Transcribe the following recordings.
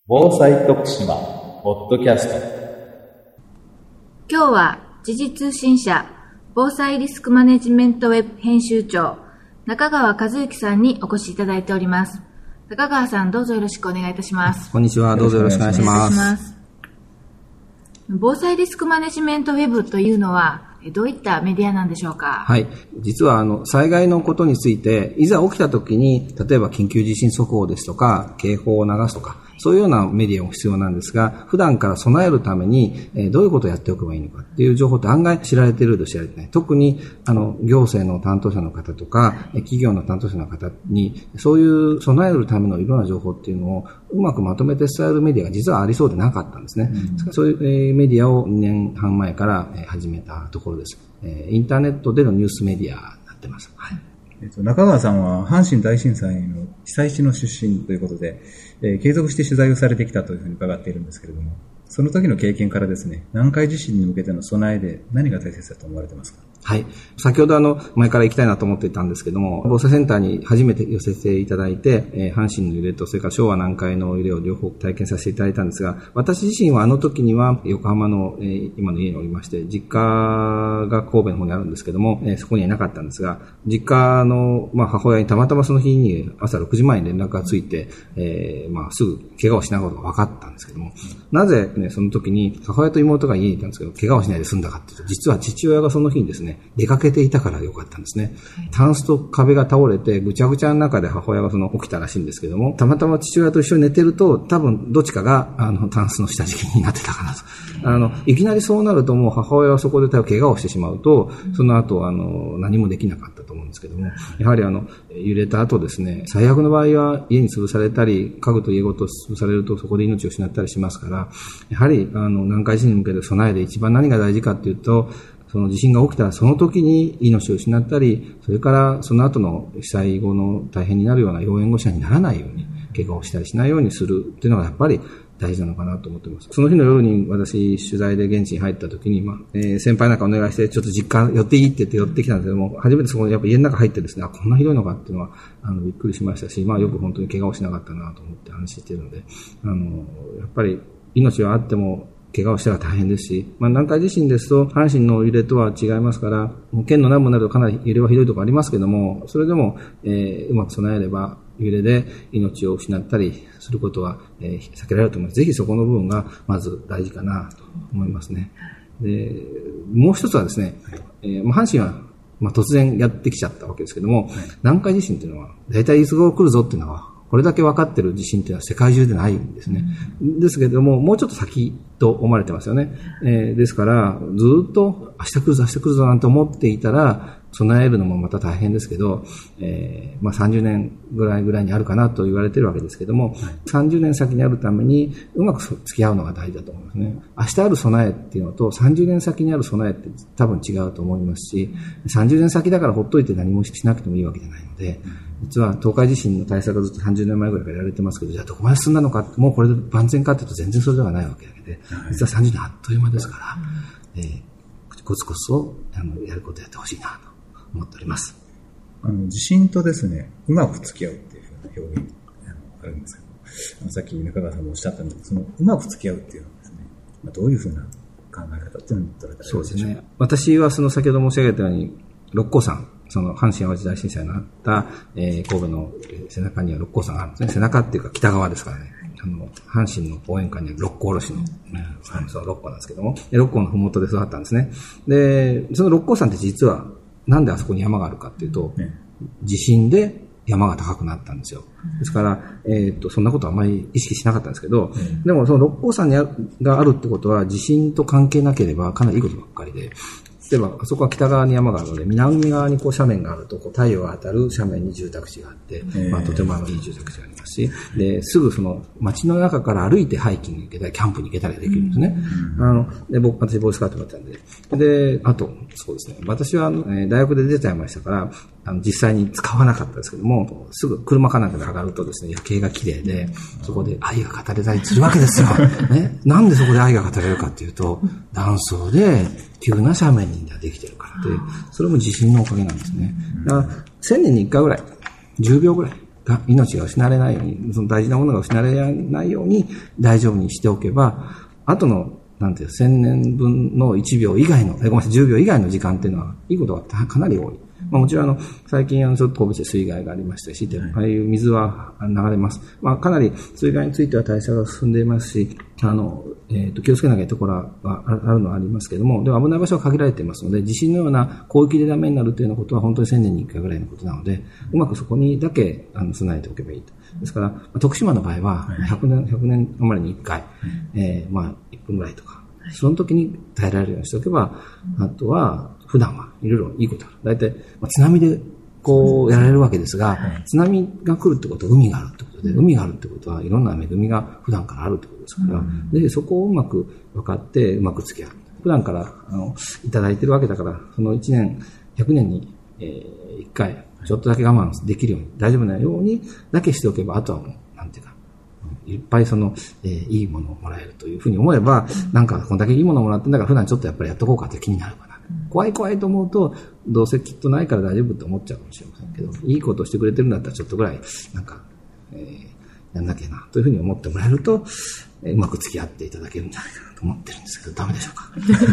防災徳島ポッドキャスト。 今日は時事通信社防災リスクマネジメントウェブ編集長中川和之さんにお越しいただいております。中川さん、どうぞよろしくお願いいたします。 こんにちは、どうぞよろしくお願いします。 防災リスクマネジメントウェブというのはどういったメディアなんでしょうか？ はい。実は災害のことについて、いざ起きた時に、例えば緊急地震速報ですとか、警報を流すとか、そういうようなメディアも必要なんですが、普段から備えるために、どういうことをやっておけばいいのかっていう情報って案外知られていると知られてない。特に、行政の担当者の方とか、企業の担当者の方に、そういう備えるためのいろんな情報っていうのをうまくまとめて伝えるメディアが実はありそうでなかったんですね。そういうメディアを2年半前から始めたところです。インターネットでのニュースメディアになってます。はい。 中川さんは阪神大震災の被災地の出身ということで、継続して取材をされてきたというふうに伺っているんですけれども、その時の経験からですね、南海地震に向けての備えで何が大切だと思われてますか？ はい。先ほど前から行きたいなと思っていたんですけども、防災センターに初めて寄せていただいて、阪神の揺れとそれから昭和南海の揺れを両方体験させていただいたんですが、私自身は時には横浜の、今の家におりまして、実家が神戸の方にあるんですけども、そこにはいなかったんですが、実家の、母親にたまたまその日に朝6時前に連絡がついて、すぐ怪我をしないことが分かったんですけども、なぜね、その時に母親と妹が家にいたんですけど、怪我をしないで済んだかっていうと、実は父親がその日にですね、出かけていたから良かったんですね。タンスと壁が倒れてぐちゃぐちゃの中で母親が起きたらしいんですけども、たまたま父親と一緒に寝てると、多分どっちかがタンスの下敷きになってたかなと。いきなりそうなるともう母親はそこで怪我をしてしまうと、その後何もできなかったと思うんですけども、やはり揺れた後ですね、最悪の場合は家に潰されたり、家具と家ごと潰されるとそこで命を失ったりしますから、やはり南海地震に向けて備えで一番何が大事かっていうと、その地震が起きたらその時に命を失ったり、それからその後の被災後の大変になるような要援護者にならないように、怪我をしたりしないようにするっていうのがやっぱり大事なのかなと思っています。その日の夜に私取材で現地に入った時に、先輩なんかお願いしてちょっと実家寄っていいって言って寄ってきたんですけども、初めてそこでやっぱ家の中入ってですね、こんなひどいのかっていうのはびっくりしましたし、よく本当に怪我をしなかったなと思って話しているので、やっぱり命はあっても怪我をしたら大変ですし、南海地震ですと阪神の揺れとは違いますから、県の南部になるとかなり揺れはひどいところありますけども、それでも、うまく備えれば揺れで命を失ったりすることは、避けられると思います。ぜひそこの部分がまず大事かなと思いますね。で、もう一つはですね、阪神は突然やってきちゃったわけですけども、南海地震というのは大体いつ頃来るぞっていうのはこれだけ分かっている地震というのは世界中でないんですね。ですけれども、もうちょっと先と思われてますよね。ですから、ずっと明日来るぞなんて思っていたら、備えるのもまた大変ですけど、30年ぐらいにあるかなと言われているわけですけども、30年先にあるためにうまく付き合うのが大事だと思いますね。明日ある備えっていうのと30年先にある備えって多分違うと思いますし、30年先だからほっといて何もしなくてもいいわけじゃないので、実は東海地震の対策がずっと30年前ぐらいからやられてますけど、じゃあどこまで進んだのか、もうこれで万全かというと全然それではないわけだけで、実は30年あっという間ですから、コツコツをやることをやってほしいなと思っております。 地震とですね、うまく付き合うっていうふうな表現あるんですけど、さっき中川さんもおっしゃったんですけど、そのうまく付き合うっていうのはですね、どういうふうな考え方っていうのを取れたらいいでしょうか？そうですね。 私は先ほど申し上げたように、六甲山、阪神淡路大震災のあった、神戸の背中には六甲山があるんですね。背中っていうか北側ですからね。阪神の応援歌には六甲おろしの、その六甲なんですけども、六甲のふもとで育ったんですね。で、その六甲山って実は、なんであそこに山があるかっていうと、地震で山が高くなったんですよ。ですから、そんなことはあまり意識しなかったんですけど、でもその六甲山があるってことは、地震と関係なければかなりいいことばっかりで、例えば、あそこは北側に山があるので、南側に斜面があると、太陽が当たる斜面に住宅地があって、とてもいい住宅地がありますし、で、すぐ街の中から歩いてハイキングに行けたり、キャンプに行けたりできるんですね。私、ボーイスカウトだったんで。で、あと、そうですね。私は、大学で出ちゃいましたから、実際に使わなかったですけども、すぐ車かなんかで上がるとですね、夜景が綺麗で、そこで愛が語れたりするわけですよ。ね。なんでそこで愛が語れるかっていうと、断層で急な斜面にできてるからで、それも地震のおかげなんですね。だから1000年に1回ぐらい、10秒ぐらい、 命が失われないように、その大事なものが失われないように大丈夫にしておけば、あとの、なんていう、1000年分の1秒以外の、10秒以外の時間っていうのは、いいことがかなり多い。もちろん最近ちょっと神戸市で水害がありましたし、ああいう水は流れます。かなり水害については対策が進んでいますし、気をつけなきゃいけないところはあるのはありますけれども、でも危ない場所は限られていますので、地震のような広域でダメになるというようなことは本当に1000年に1回ぐらいのことなので、うまくそこにだけ備えておけばいいと。ですから、徳島の場合は100年余りに1回、1分ぐらいとか、その時に耐えられるようにしておけば、あとは普段はいろいろいいことある。大体、津波でやられるわけですが、津波が来るってことは海があるってことで、海があるってことはいろんな恵みが普段からあるってことですから、で、そこをうまく分かってうまく付き合う。普段からいただいてるわけだから、その1年、100年に1回、ちょっとだけ我慢できるように、大丈夫なようにだけしておけば、あとはもう、なんていうか、いっぱいいいものをもらえるというふうに思えば、なんかこんだけいいものをもらってんだから普段ちょっとやっぱりやっとこうかって気になるかな。怖いと思うと、どうせきっとないから大丈夫って思っちゃうかもしれませんけど、いいことをしてくれてるんだったらちょっとぐらい、なんか、やんなきゃなというふうに思ってもらえると、うまく付き合っていただけるんじゃないかなと思ってるんですけど、ダメでしょうか。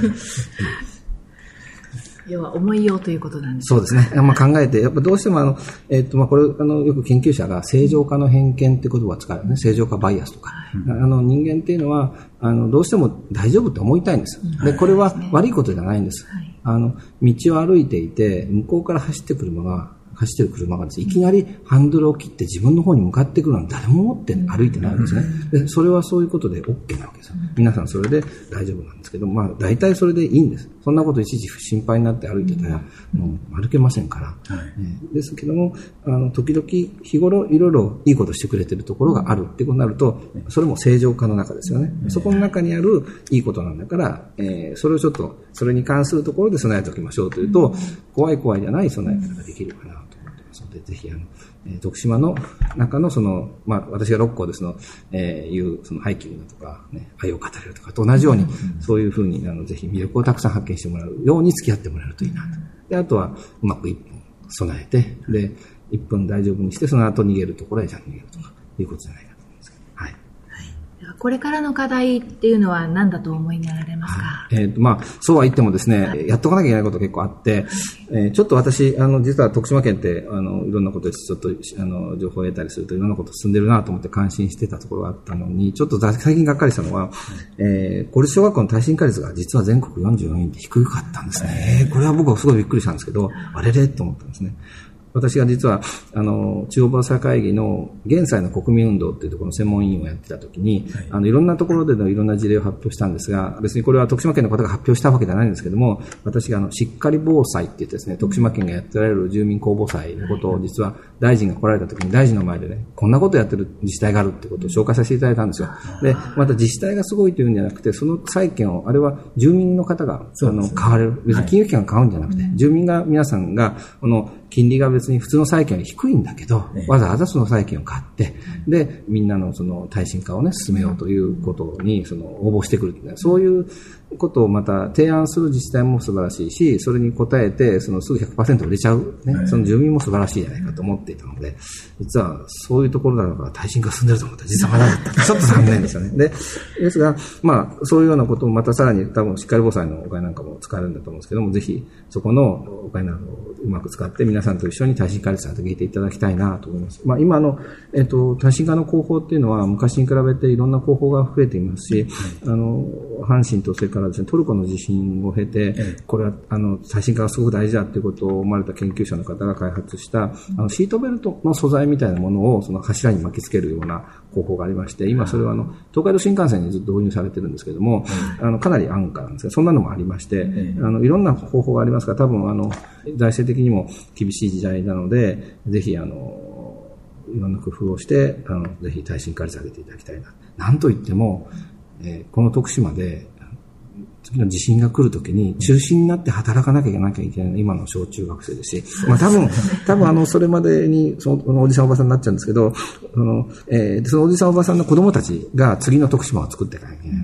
要は思いようということなんですそうですね。考えて、やっぱどうしてもこれ、よく研究者が正常化の偏見って言葉を使うね。正常化バイアスとか。人間っていうのは、どうしても大丈夫って思いたいんです。で、これは悪いことじゃないんです。道を歩いていて、向こうから走ってる車がですね、いきなりハンドルを切って自分の方に向かってくるなんて誰も思って歩いてないんですね。で、それはそういうことで OK なわけですよ。皆さんそれで大丈夫なんですけど、大体それでいいんです。そんなこといちいち心配になって歩いてたら、もう歩けませんから。ですけども、時々日頃いろいろいいことしてくれてるところがあるってことになると、それも正常化の中ですよね。そこの中にあるいいことなんだから、それをちょっと、それに関するところで備えておきましょうというと、怖いじゃない備え方ができるかな。ぜひ徳島の中の私が六甲ですの、いうハイキングだとか、ね、愛を語れるとかと同じように、そういうふうにぜひ魅力をたくさん発見してもらうように付き合ってもらえるといいなと。で、あとはうまく1分備えて、で、1分大丈夫にして、その後逃げるところへちゃんと逃げるとか、いうことじゃないかと思います。はい。 これからの課題っていうのは何だと思いになられますか？ そうは言ってもですね、やっとかなきゃいけないことが結構あって、ちょっと私、実は徳島県って、いろんなことでちょっと、情報を得たりするといろんなこと進んでるなと思って感心してたところがあったのに、ちょっと最近がっかりしたのは、公立小学校の耐震化率が実は全国44位で低かったんですね。これは僕はすごいびっくりしたんですけど、あれれと思ったんですね。私が実は、中央防災会議の現在の国民運動っていうところの専門委員をやってた時に、いろんなところでのいろんな事例を発表したんですが、別にこれは徳島県の方が発表したわけではないんですけども、私がしっかり防災って言ってですね、徳島県がやってられる住民公防災のことを実は大臣が来られた時に大臣の前でね、こんなことやってる自治体があるってことを紹介させていただいたんですよ。で、また自治体がすごいというんじゃなくて、その債権を、あれは住民の方が、買われる。別に金融機関が買うんじゃなくて、住民が、皆さんが、金利が別に普通の債権より低いんだけど、わざわざその債権を買って、で、みんなの耐震化をね、進めようということに、応募してくる。そういうことをまた提案する自治体も素晴らしいし、それに応えて、すぐ 100% 売れちゃう、ね、その住民も素晴らしいじゃないかと思っていたので、実はそういうところだから耐震化進んでると思ったら、実はまだだった。ちょっと残念ですよね。ですが、そういうようなことをまたさらに多分しっかり防災のお金なんかも使えるんだと思うんですけども、ぜひそこのお金などをうまく使って皆さんと一緒に耐震化率を上げていただきたいなと思います。今耐震化の工法っていうのは昔に比べていろんな工法が増えていますし、阪神とそれからですね、トルコの地震を経て、これは耐震化がすごく大事だということを思われた研究者の方が開発したシートベルトの素材みたいなものをその柱に巻き付けるような工法がありまして、今それは東海道新幹線にずっと導入されてるんですけども、かなり安価なんですが、そんなのもありまして、いろんな方法がありますが、多分財政的にも厳しい時代なので、ぜひいろんな工夫をして、ぜひ耐震化率を上げていただきたいな。なんといっても、この徳島で、次の地震が来るときに中心になって働かなきゃいけない今の小中学生ですし、多分それまでにそのおじさんおばさんになっちゃうんですけど、そのおじさんおばさんの子供たちが次の徳島を作っていかなきゃいけないわけで、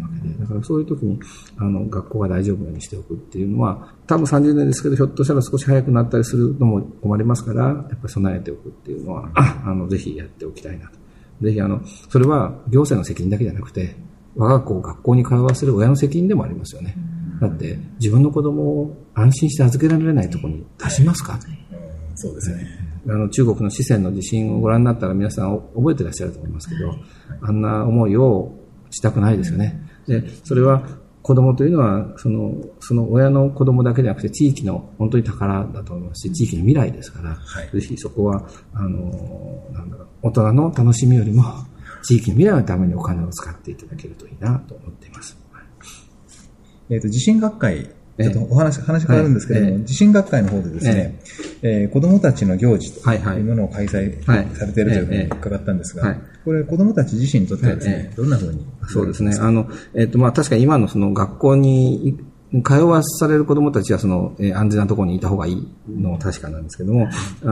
からそういう時に、学校が大丈夫なようにしておくっていうのは、多分30年ですけど、ひょっとしたら少し早くなったりするのも困りますから、やっぱり備えておくっていうのは、ぜひやっておきたいなと。ぜひそれは行政の責任だけじゃなくて、我が子を学校に通わせる親の責任でもありますよね。だって、自分の子供を安心して預けられないところに出しますか？ そうですね。 中国の四川の地震をご覧になったら皆さん覚えてらっしゃると思いますけど、あんな思いをしたくないですよね。で、それは子供というのは、その親の子供だけじゃなくて地域の本当に宝だと思いますし、地域の未来ですから、ぜひそこは、大人の楽しみよりも、地域の未来のためにお金を使っていただけるといいなと思っています。 地震学会、ちょっと話変わるんですけれども、地震学会の方でですね、子供たちの行事というものを開催されているというふうに伺ったんですが、これ子供たち自身にとってはですね、どんなふうに？ そうですね。確かに今のその学校に通わされる子供たちは安全なところにいた方がいいのは確かなんですけども、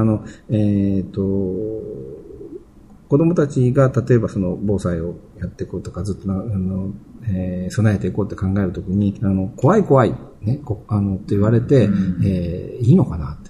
子供たちが例えば防災をやっていこうとかずっと備えていこうって考えるときに怖いねって言われて、いいのかなって、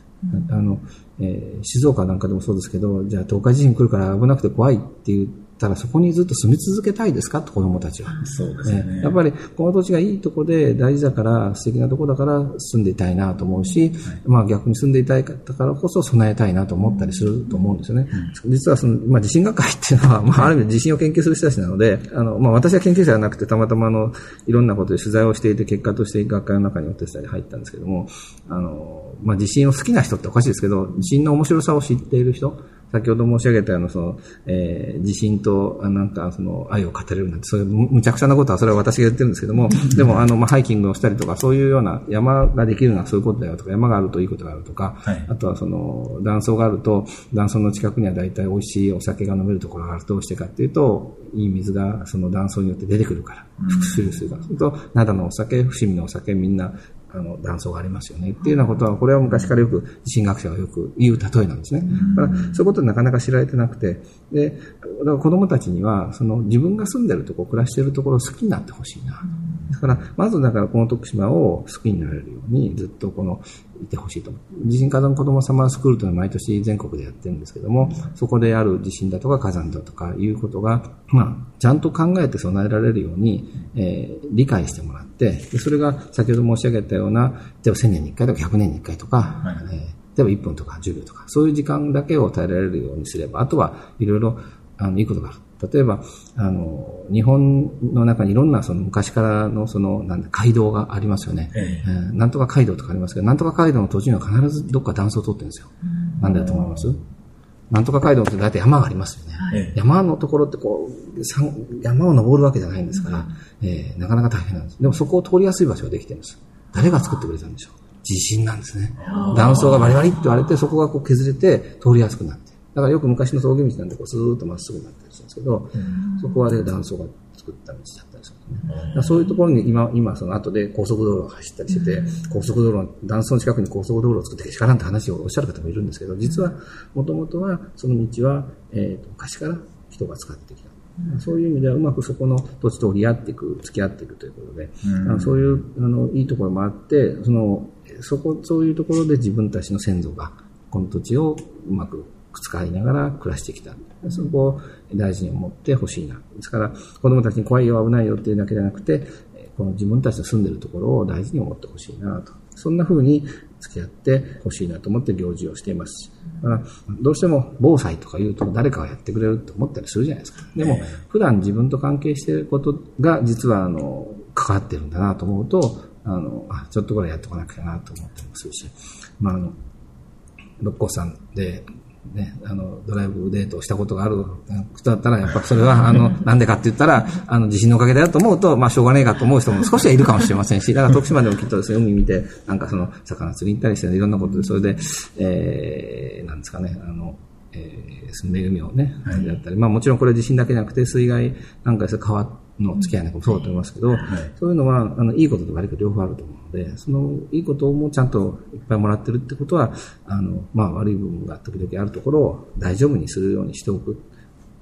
静岡なんかでもそうですけど、じゃあ東海地震来るから危なくて怖いって言ったらそこにずっと住み続けたいですかって子供たちは。 そうですね。 やっぱりこの土地がいいとこで大事だから素敵なとこだから住んでいたいなと思うし、逆に住んでいたいからこそ備えたいなと思ったりすると思うんですよね。実は地震学会っていうのは、ある意味地震を研究する人たちなので、私は研究者じゃなくてたまたまいろんなことで取材をしていて結果として学会の中にお手伝いで入ったんですけども、地震を好きな人っておかしいですけど、地震の面白さを知っている人、先ほど申し上げたような地震と愛を語れるなんて、そういう無茶苦茶なことはそれは私が言ってるんですけども、でもハイキングをしたりとか、そういうような山ができるのはそういうことだよとか、山があるといいことがあるとか、あとは断層があると、断層の近くには大体美味しいお酒が飲めるところがある。どうしてかっていうと、いい水が断層によって出てくるから、複数水が。すると、灘のお酒、伏見のお酒、みんな断層がありますよねっていうようなことは、これは昔からよく地震学者がよく言う例えなんですね。だからそういうことなかなか知られてなくて、で、だから子供たちには自分が住んでるところ、暮らしているところを好きになってほしいな。だからまずこの徳島を好きになれるようにずっといてほしいと思う。地震火山子どもサマースクールというのは毎年全国でやってるんですけども、そこである地震だとか火山だとかいうことが、ちゃんと考えて備えられるように、理解してもらって、でそれが先ほど申し上げたような、例えば1000年に1回とか100年に1回とか、例えば1分とか10秒とか、そういう時間だけを与えられるようにすれば、あとはいろいろいいことがある。例えば、日本の中にいろんな昔からの街道がありますよね。なんとか街道とかありますけど、なんとか街道の途中には必ずどっか断層を通ってるんですよ。なんでだと思います？なんとか街道って大体山がありますよね。山のところって山を登るわけじゃないんですから、なかなか大変なんです。でもそこを通りやすい場所ができてるんです。誰が作ってくれたんでしょう？地震なんですね。断層がバリバリって言われて、そこが削れて通りやすくなって。だからよく昔の峠道なんでスーッとまっすぐになったりするんですけど、そこは断層が作った道だったりするんですね。そういうところに今後で高速道路が走ったりしてて、高速道路、断層の近くに高速道路を作ってけしからんって話をおっしゃる方もいるんですけど、実はもともとはその道は、昔から人が使ってきた。そういう意味ではうまくそこの土地と折り合っていく、付き合っていくということで、そういういいところもあって、そういうところで自分たちの先祖がこの土地をうまく使いながら暮らしてきた。そこを大事に思ってほしいな。ですから子供たちに怖いよ危ないよっていうだけじゃなくて、この自分たちの住んでいるところを大事に思ってほしいなと。そんな風に付き合ってほしいなと思って行事をしていますし、だからどうしても防災とか言うと誰かがやってくれると思ったりするじゃないですか。でも普段自分と関係していることが実は関わってるんだなと思うと、ちょっとこれやってこなきゃなと思ったりもするし、六甲山でね、ドライブデートをしたことがある人だったら、やっぱそれは、なんでかって言ったら、地震のおかげだよと思うと、しょうがねえかと思う人も少しはいるかもしれませんし、だから徳島でもきっとですね、海見て、魚釣りに行ったりして、いろんなことで、それで、なんですかね、恵みをね、やったり、もちろんこれ地震だけじゃなくて、水害なんかですね、川の付き合いなんかもそうだと思いますけど、そういうのは、いいことと悪いこと両方あると思うので、そのいいこともちゃんといっぱいもらってるってことは、悪い部分が時々あるところを大丈夫にするようにしておく。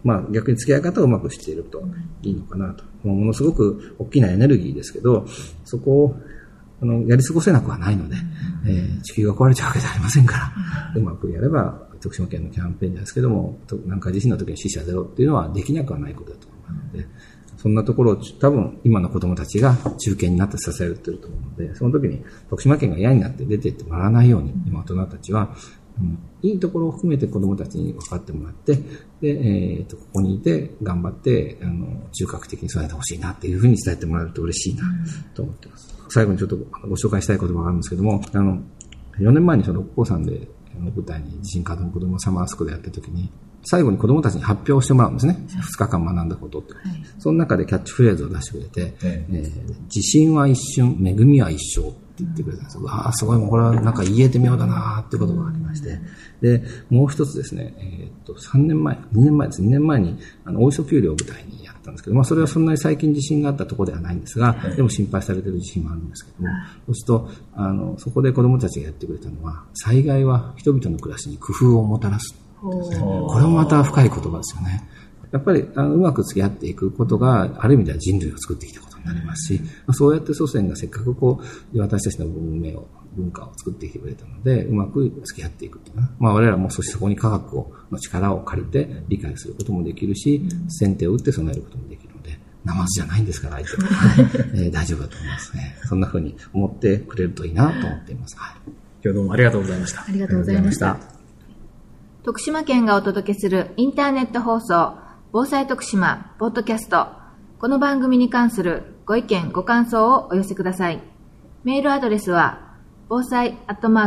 逆に付き合い方をうまくしているといいのかなと。ものすごく大きなエネルギーですけど、そこをやり過ごせなくはないので、地球が壊れちゃうわけじゃありませんから、うまくやれば、徳島県のキャンペーンですけども、南海地震の時に死者ゼロっていうのはできなくはないことだと思いますので、そんなところを多分今の子供たちが中堅になって支えていると思うので、その時に徳島県が嫌になって出ていってもらわないように、今大人たちは、いいところを含めて子供たちに分かってもらって、で、ここにいて頑張って、中核的に備えてほしいなっていうふうに伝えてもらえると嬉しいなと思っています。最後にちょっとご紹介したい言葉があるんですけども、4年前に六甲山で舞台に地震カードの子供サマースクールやった時に、最後に子供たちに発表してもらうんですね。2日間学んだことって。その中でキャッチフレーズを出してくれて、地震は一瞬、恵みは一生って言ってくれたんですよ。すごい、もうこれはなんか言えてみようだなってことがありまして。で、もう一つですね、2年前に、大磯丘陵を舞台にやったんですけど、それはそんなに最近地震があったところではないんですが、でも心配されている地震もあるんですけども、そうすると、そこで子供たちがやってくれたのは、災害は人々の暮らしに工夫をもたらす。これもまた深い言葉ですよね。やっぱりうまく付き合っていくことがある意味では人類を作ってきたことになりますし、そうやって祖先がせっかく私たちの文化を作ってきてくれたので、うまく付き合っていくというのは、我々もそしてそこに科学の力を借りて理解することもできるし、先手を打って備えることもできるので、ナマズじゃないんですから相手は、大丈夫だと思いますね。そんな風に思ってくれるといいなと思っています。 今日どうもありがとうございました。 ありがとうございました。徳島県がお届けするインターネット放送、防災徳島ポッドキャスト。この番組に関するご意見ご感想をお寄せください。メールアドレスは防災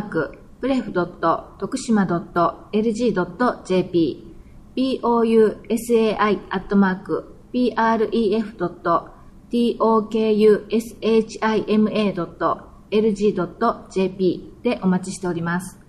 @pref.tokushima.lg.jp bousai@pref.tokushima.lg.jp でお待ちしております。